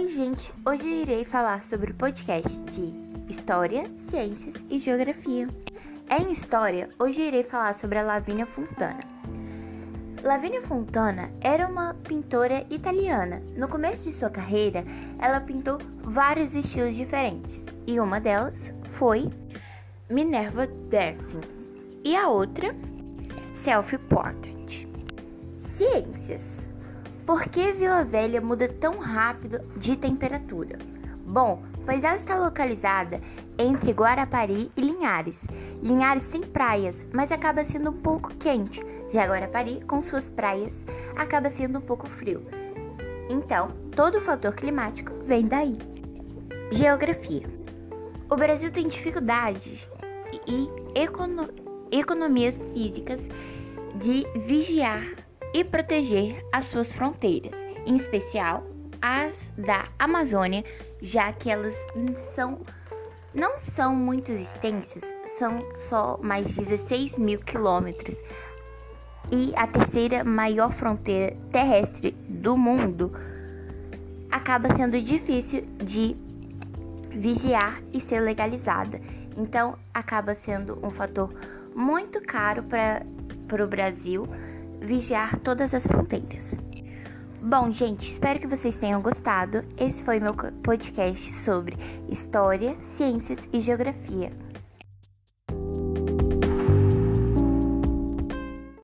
Oi, gente! Hoje eu irei falar sobre o podcast de História, Ciências e Geografia. Em História, hoje eu irei falar sobre a Lavínia Fontana. Lavínia Fontana era uma pintora italiana. No começo de sua carreira, ela pintou vários estilos diferentes, e uma delas foi Minerva Dancing, e a outra, Self-Portrait. Ciências. Por que Vila Velha muda tão rápido de temperatura? Bom, pois ela está localizada entre Guarapari e Linhares. Linhares tem praias, mas acaba sendo um pouco quente. Já Guarapari, com suas praias, acaba sendo um pouco frio. Então, todo o fator climático vem daí. Geografia. O Brasil tem dificuldades e economias físicas de vigiar e proteger as suas fronteiras, em especial as da Amazônia, já que elas não são muito extensas, são só mais 16 mil quilômetros, e a terceira maior fronteira terrestre do mundo acaba sendo difícil de vigiar e ser legalizada. Então, acaba sendo um fator muito caro para o Brasil vigiar todas as fronteiras. Bom, gente, espero que vocês tenham gostado. Esse foi meu podcast sobre História, Ciências e Geografia.